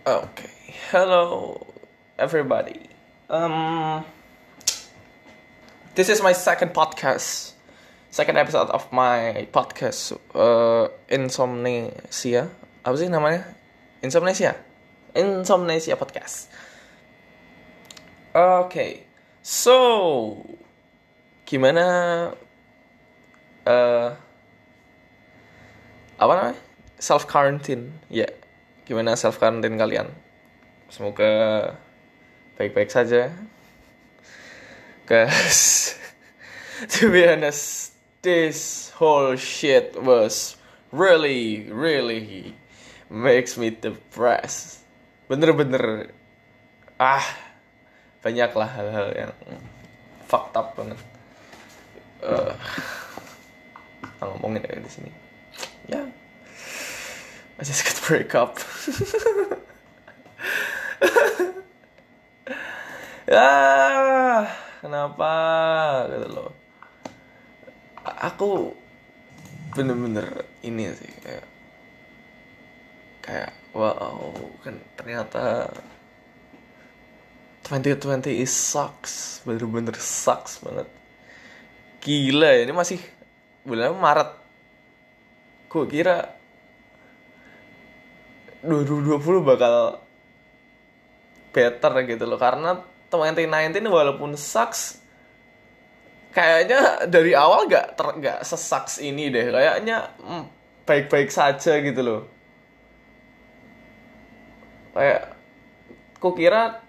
Okay, hello everybody. Um, this is my second podcast, second episode of my podcast. Insomnesia. Apa sih namanya? Insomnesia. Insomnesia podcast. Okay, so gimana? Apa namanya? Self quarantine, ya. Yeah. Gimana self quarantine kalian? Semoga baik-baik saja. Cause to be honest, this whole shit was really makes me depressed. Bener-bener banyaklah hal-hal yang fucked up banget. Ngomongin ya di sini. Ya, I just got break up. Kenapa gitu loh. Aku bener-bener ini sih kayak wow, kan ternyata 2020 is sucks, bener-bener sucks banget. Gila ya, ini masih bulan Maret. Gue kira 2020 bakal better gitu loh, karena 2019 walaupun sucks, kayaknya dari awal gak sesaks ini deh. Kayaknya baik-baik saja gitu loh. Kayak ku kira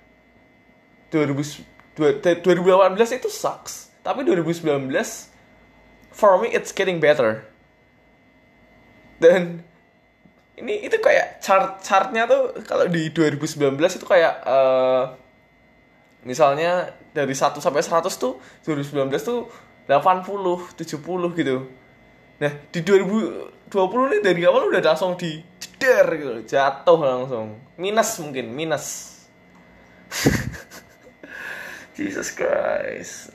2018 itu sucks, tapi 2019 for me it's getting better. Dan itu kayak chartnya tuh kalau di 2019 itu kayak misalnya dari 1 sampai 100 tuh 2019 tuh 80, 70 gitu. Nah, di 2020 nih dari awal udah langsung jeder gitu, jatuh langsung. Mungkin minus. Jesus Christ.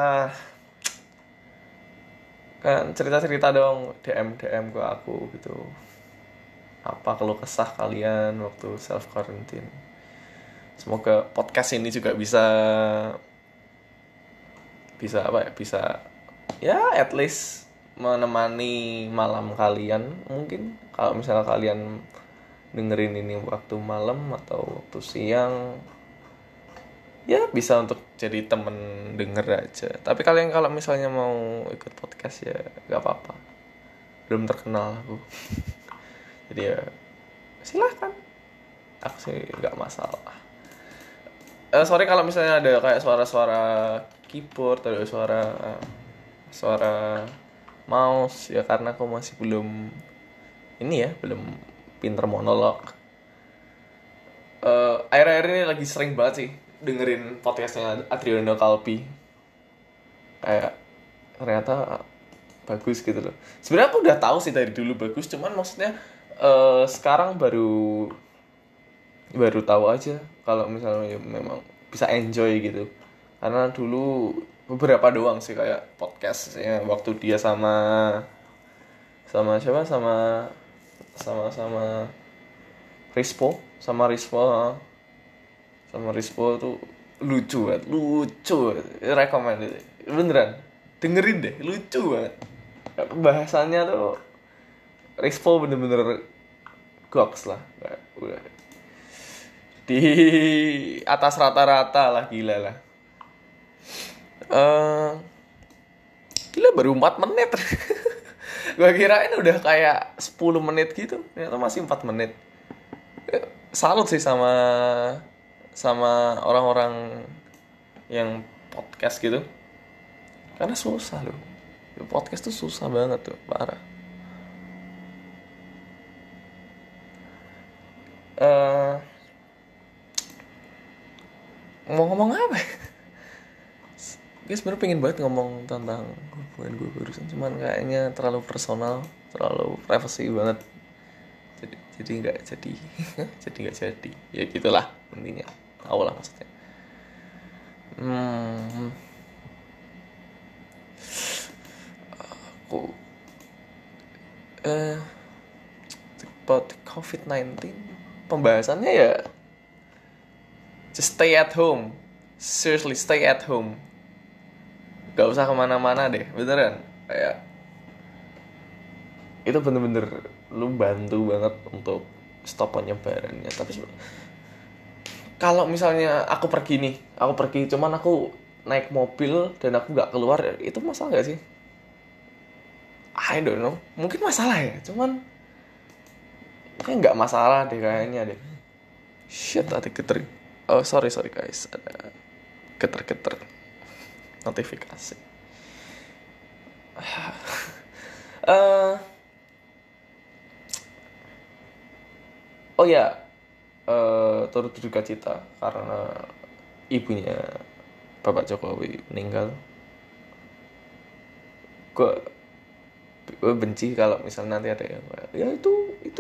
Kan cerita-cerita dong, DM ke aku gitu. Apa keluh kesah kalian waktu self quarantine? Semoga podcast ini juga bisa at least menemani malam kalian. Mungkin kalau misalnya kalian dengerin ini waktu malam atau waktu siang, ya bisa untuk jadi temen denger aja. Tapi kalian kalau misalnya mau ikut podcast ya gak apa-apa, belum terkenal aku. Jadi ya silahkan, aku sih gak masalah. Sorry kalau misalnya ada kayak suara-suara keyboard, ada suara mouse, ya karena aku masih belum pinter monolog. Akhir-akhir ini lagi sering banget sih dengerin podcastnya Adriano Kalbi. Kayak ternyata bagus gitu loh. Sebenarnya aku udah tahu sih dari dulu bagus, cuman maksudnya sekarang baru tahu aja kalau misalnya memang bisa enjoy gitu. Karena dulu beberapa doang sih kayak podcast ya, waktu dia sama siapa, sama Rispo tuh lucu banget. Rekomend itu beneran, dengerin deh, lucu banget. Bahasannya tuh Rispo bener-bener goks lah, udah di atas rata-rata lah, gila lah. Gila baru 4 menit. Gue kirain udah kayak 10 menit gitu, ternyata masih 4 menit. Salut sih sama orang-orang yang podcast gitu, karena susah loh. Podcast tuh susah banget tuh, parah. Ngomong apa ya? Gue sebenarnya pengen banget ngomong tentang hubungan gue barusan, cuman kayaknya terlalu personal, terlalu privacy banget. Jadi nggak jadi. Jadi nggak jadi. Ya gitulah intinya. Tahu lah maksudnya. Aku about COVID-19. pembahasannya ya just stay at home. Seriously, stay at home. Gak usah kemana-mana deh, beneran. Kayak itu bener-bener lu bantu banget untuk stop penyebarannya. Tapi kalau misalnya aku pergi, cuman aku naik mobil dan aku gak keluar, itu masalah gak sih? I don't know, mungkin masalah ya, cuman kayak gak masalah deh kayaknya deh. Shit, ada geter. Oh sorry guys, ada geter notifikasi. Oh ya, turut berduka cita karena ibunya Bapak Jokowi meninggal. Gue benci kalau misalnya nanti ada yang ya itu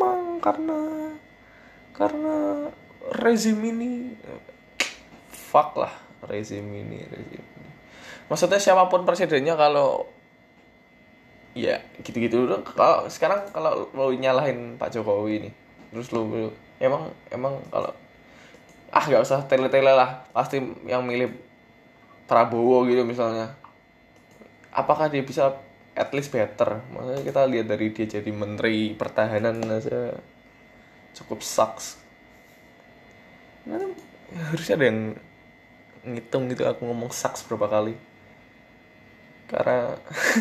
karena rezim ini. Fuck lah rezim ini. Maksudnya siapapun presidennya, kalau ya gitu-gitu dulu. Kalau sekarang kalau lo nyalahin Pak Jokowi nih, terus lo emang kalau gak usah tele-tele lah, pasti yang milih Prabowo gitu misalnya. Apakah dia bisa at least better? Maksudnya kita lihat dari dia jadi menteri pertahanan aja cukup sucks. Nah, harusnya ada yang ngitung gitu aku ngomong sucks berapa kali. Karena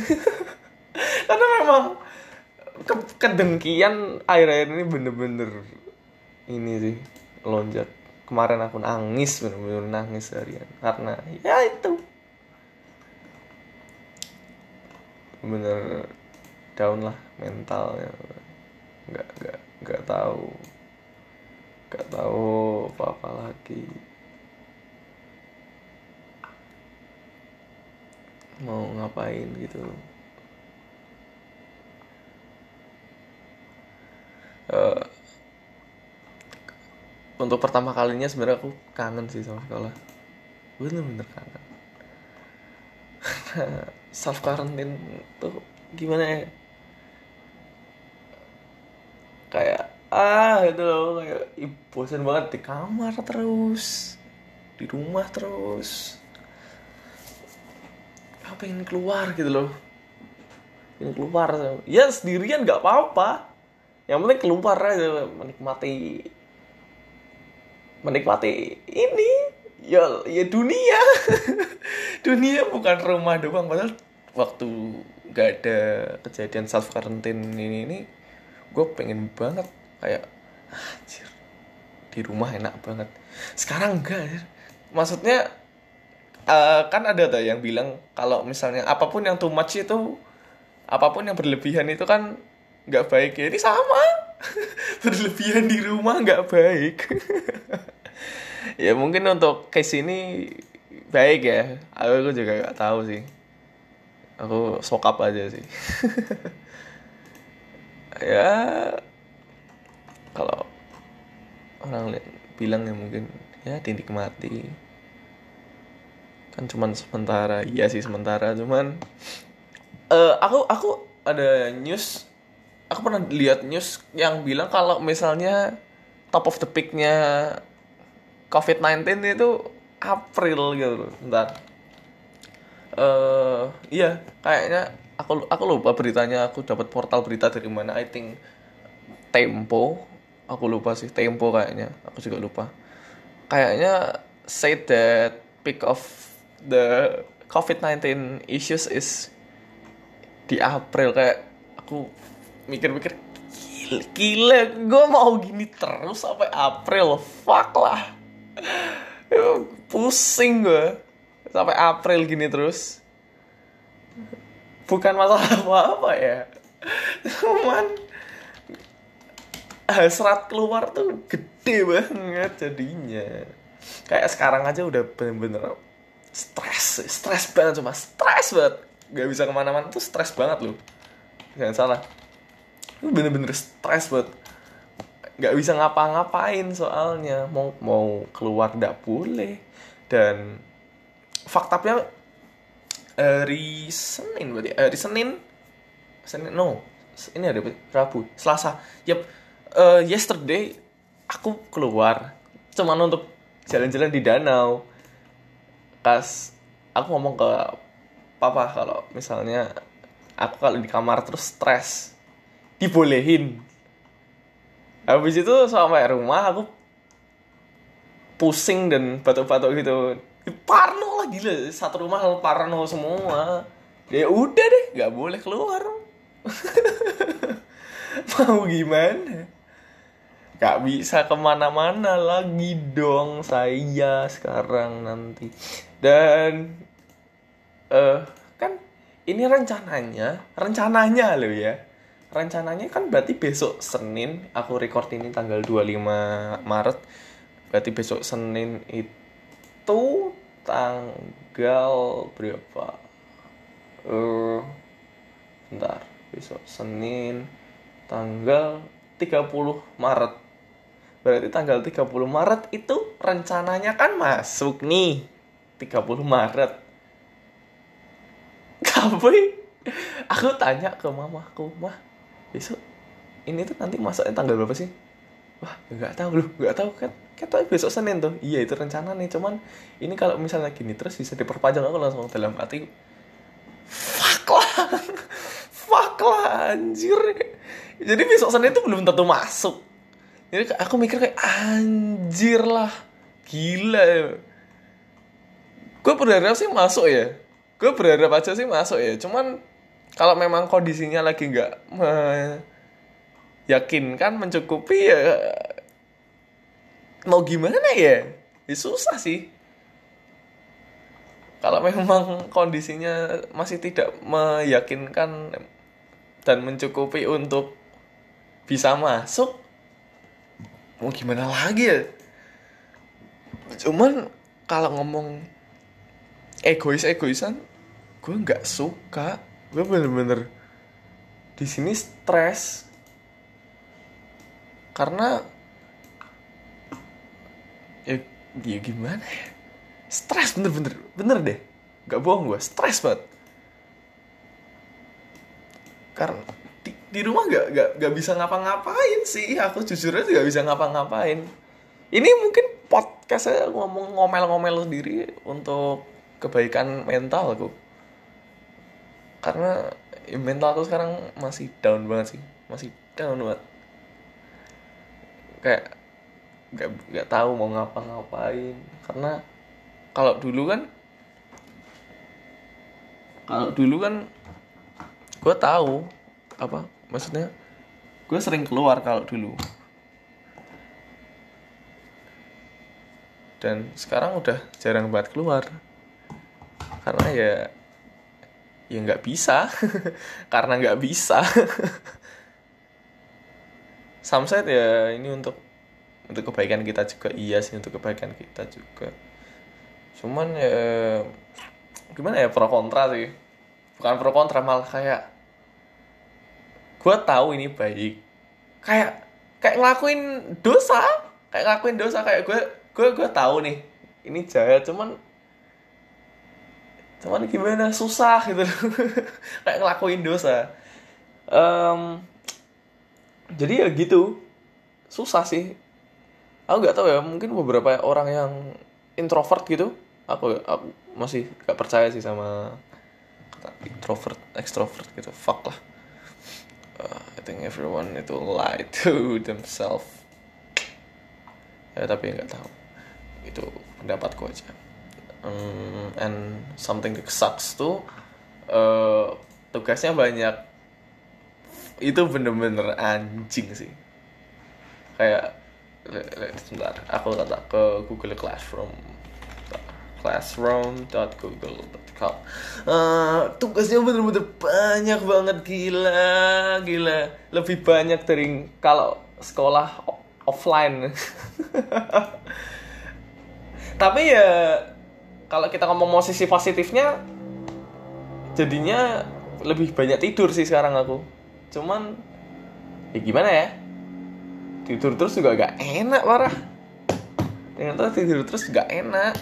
memang kedengkian akhir-akhir ini bener-bener ini sih lonjak. Kemarin aku bener-bener nangis seharian karena ya itu bener down lah mentalnya. Nggak tahu apa lagi, mau ngapain gitu. Untuk pertama kalinya sebenarnya aku kangen sih sama sekolah, bener-bener kangen. Self quarantine tuh gimana ya, kayak itu loh, kayak bosan banget di kamar terus, di rumah terus. Aku pengen keluar gitu loh, pengen keluar ya sendirian nggak apa-apa, yang penting keluar aja, menikmati ini ya dunia. Dunia bukan rumah doang. Padahal waktu gak ada kejadian self quarantine ini gue pengen banget kayak anjir, di rumah enak banget. Sekarang enggak ya. Maksudnya kan ada tuh yang bilang kalau misalnya apapun yang too much itu, apapun yang berlebihan itu kan nggak baik ya. Ini sama. Berlebihan di rumah nggak baik. Ya mungkin untuk case ini baik ya. Aku juga nggak tahu sih. Aku sokap aja sih. Ya kalau orang bilang ya mungkin ya dinikmati. Kan cuman sementara. Iya sih sementara, cuman aku ada news. Aku pernah lihat news yang bilang kalau misalnya top of the peak-nya COVID-19 itu April gitu. Bentar. Iya, kayaknya aku lupa beritanya. Aku dapat portal berita dari mana? I think Tempo. Aku lupa sih, Tempo kayaknya. Aku juga lupa. Kayaknya say that peak of the COVID-19 issues is di April. Kayak aku mikir-mikir gila, gue mau gini terus sampai April. Fuck lah. Pusing gue sampai April gini terus. Bukan masalah apa-apa ya, cuman hasrat keluar tuh gede banget jadinya. Kayak sekarang aja udah bener-bener stres banget, cuma stres banget, gak bisa kemana-mana tuh stres banget loh. Jangan salah, itu bener-bener stres banget, gak bisa ngapa-ngapain soalnya. Mau keluar gak boleh. Dan faktanya hari Senin berarti, ini hari Rabu, Selasa. Yesterday aku keluar cuman untuk jalan-jalan di danau. Pas aku ngomong ke papa kalau misalnya aku kalau di kamar terus stres, dibolehin. Habis itu sampai rumah aku pusing dan batuk-batuk gitu. Parno lah, gila, satu rumah parno semua. Ya udah deh, nggak boleh keluar. Mau gimana? Gak bisa kemana-mana lagi dong saya sekarang nanti. Dan kan ini rencananya loh ya. Rencananya kan berarti besok Senin, aku record ini tanggal 25 Maret. Berarti besok Senin itu tanggal berapa? Bentar, besok Senin tanggal 30 Maret. Berarti tanggal 30 Maret itu rencananya kan masuk nih. 30 Maret. Tapi aku tanya ke mamaku, "Mah, besok ini tuh nanti masuknya tanggal berapa sih?" Wah, nggak tahu loh, nggak tahu kan. Katanya besok Senin tuh. Iya, itu rencana nih, cuman ini kalau misalnya gini terus bisa diperpanjang. Aku langsung dalam hati, fuck lah. Fuck lah, anjir. Jadi besok Senin itu belum tentu masuk. Jadi aku mikir kayak anjir lah, gila ya. Gue berharap sih masuk ya. Gue berharap aja sih masuk ya. Cuman kalau memang kondisinya lagi nggak meyakinkan, mencukupi ya, mau gimana ya? Ya susah sih. Kalau memang kondisinya masih tidak meyakinkan dan mencukupi untuk bisa masuk, mau gimana lagi ya? Cuman kalau ngomong egoisan, gue nggak suka. Gue bener-bener di sini stres karena ya gimana ya? Stres bener deh. Nggak bohong, gue stres banget. Karena di rumah nggak bisa ngapa-ngapain sih. Aku jujur aja nggak bisa ngapa-ngapain. Ini mungkin podcast saya ngomong ngomel-ngomel sendiri untuk kebaikan mental aku. Karena mental aku sekarang masih down banget sih. Masih down banget. Kayak nggak tahu mau ngapa-ngapain. Karena kalau dulu kan gue tahu apa maksudnya, gue sering keluar kalau dulu. Dan sekarang udah jarang banget keluar karena ya nggak bisa. Karena nggak bisa. Samsat ya ini untuk kebaikan kita juga, iya sih, untuk kebaikan kita juga. Cuman ya gimana ya, pro kontra sih. Bukan pro kontra, malah kayak gue tahu ini baik, kayak ngelakuin dosa kayak gue tahu nih ini jahat, cuman gimana, susah gitu. Kayak ngelakuin dosa. Jadi ya gitu, susah sih. Aku nggak tahu ya, mungkin beberapa orang yang introvert gitu, aku masih gak percaya sih sama kata introvert, extrovert gitu. Fuck lah. I think everyone itu lie to themselves. Ya tapi nggak tahu. Itu pendapatku aja. And something that sucks tuh tugasnya banyak. Itu bener-bener anjing sih. Kayak sebentar, aku kata ke Google classroom.google.com. Tugasnya bener-bener banyak banget, gila. Lebih banyak dari kalau sekolah offline. Tapi ya kalau kita ngomong sisi positifnya, jadinya lebih banyak tidur sih sekarang aku. Cuman ya gimana ya, tidur terus juga gak enak, parah. Ternyata tidur terus gak enak.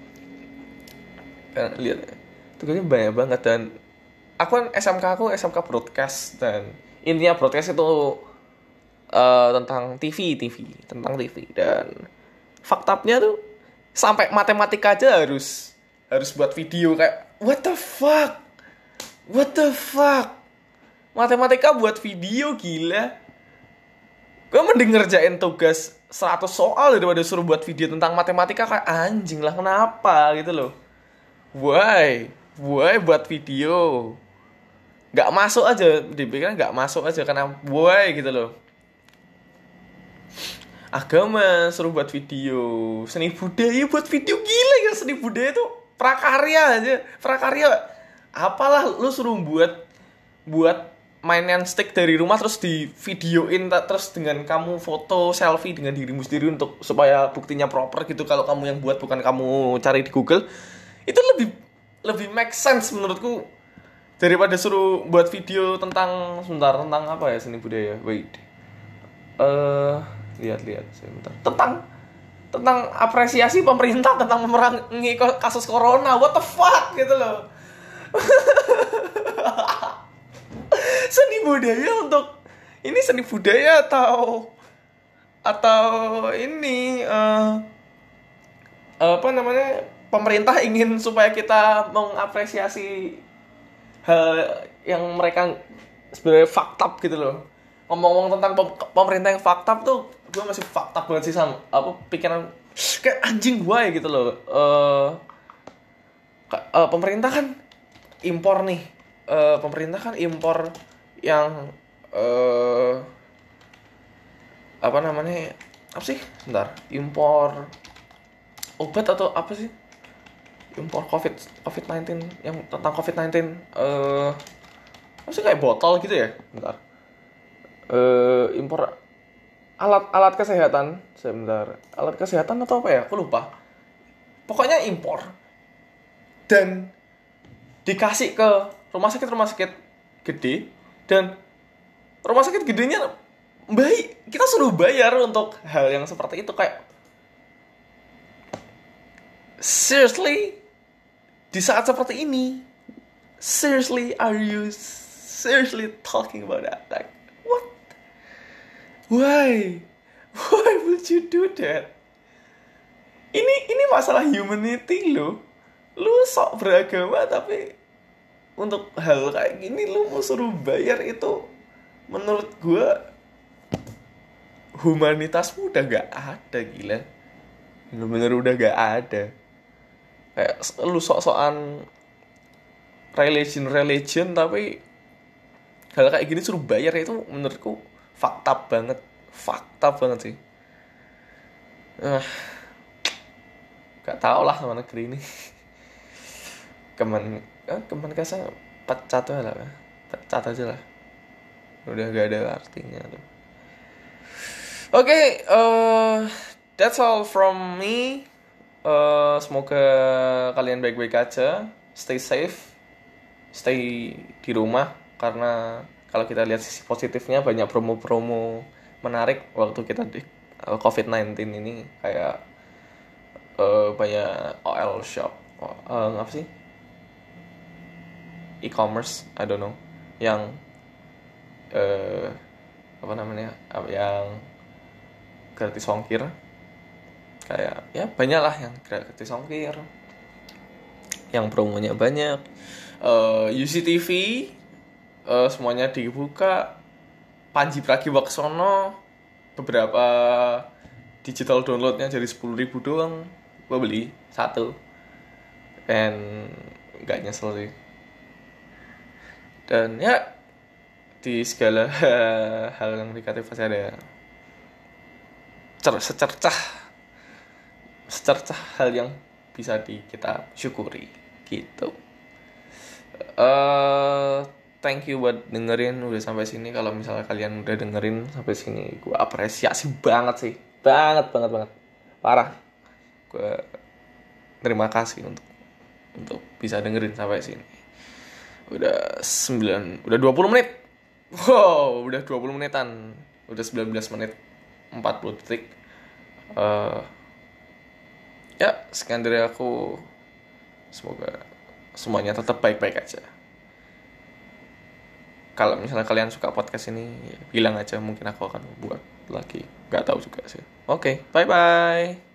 Dan lihat, tugasnya banyak banget. Dan aku kan SMK broadcast, dan intinya broadcast itu tentang tentang TV. Dan faktanya tuh sampai matematika aja harus buat video kayak what the fuck, matematika buat video, gila. Gue mending ngerjain tugas 100 soal daripada suruh buat video tentang matematika. Kayak anjing lah, kenapa gitu loh. Why buat video? Gak masuk aja, dipikirnya gak masuk aja karena why gitu loh. Agama suruh buat video, seni budaya buat video, gila ya. Seni budaya tuh prakarya aja, apalah lu suruh buat mainan stick dari rumah terus di videoin, terus dengan kamu foto selfie dengan dirimu sendiri untuk supaya buktinya proper gitu kalau kamu yang buat, bukan kamu cari di Google. Itu lebih make sense menurutku daripada suruh buat video tentang apa ya, seni budaya. Lihat sebentar. Tentang apresiasi pemerintah tentang memerangi kasus corona. What the fuck gitu loh. Seni budaya atau ini apa namanya, pemerintah ingin supaya kita mengapresiasi hal yang mereka sebenarnya fucked up gitu loh. Ngomong-ngomong tentang pemerintah yang fucked up tuh, gue masih fucked up banget sih sama pikiran kayak anjing gue ya gitu loh. Pemerintah kan impor nih. Pemerintah kan impor yang apa namanya? Apa sih? Bentar. Impor obat atau apa sih? Impor COVID-19 yang tentang COVID-19 apa sih, kayak botol gitu ya? Bentar. Impor alat kesehatan. Sebentar. Alat kesehatan atau apa ya? Aku lupa. Pokoknya impor. Dan dikasih ke rumah sakit gede, dan rumah sakit gedenya baik, kita suruh bayar untuk hal yang seperti itu. Kayak seriously, di saat seperti ini, seriously, are you seriously talking about that? Like what? Why would you do that? Ini masalah humanity loh. Lu sok beragama tapi untuk hal kayak gini lu mau suruh bayar, itu menurut gue humanitasmu udah gak ada, gila. Bener-bener udah gak ada. Kayak lu sok-sokan religion tapi hal kayak gini suruh bayar, itu menurutku fucked up banget sih. Gak tau lah sama negeri ini. Kemenkes pecat aja lah, udah gak ada artinya tuh. Oke, that's all from me. Semoga kalian baik-baik aja, stay safe, stay di rumah, karena kalau kita lihat sisi positifnya banyak promo-promo menarik waktu kita di COVID-19 ini. Kayak banyak OL shop, apa sih, e-commerce, I don't know, yang apa namanya, yang gratis ongkir. Kayak ya banyak lah yang gratis ongkir, yang promonya banyak. UCTV semuanya dibuka. Panji Pragiwaksono beberapa digital downloadnya jadi 10.000 doang. Gue beli 1 and gak nyesel sih. Dan ya di segala hal yang negatif pasti ada secercah hal yang bisa kita syukuri gitu. Thank you buat dengerin udah sampai sini. Kalau misalnya kalian udah dengerin sampai sini, gue apresiasi banget sih, banget parah. Gue terima kasih untuk bisa dengerin sampai sini. Udah 20 menit. Wow, udah 20 menitan. Udah 19 menit 40 detik. Ya, sekian dari aku. Semoga semuanya tetap baik-baik aja. kalau misalnya kalian suka podcast ini, ya bilang aja, mungkin aku akan buat lagi. Gak tahu juga sih. Oke, bye bye.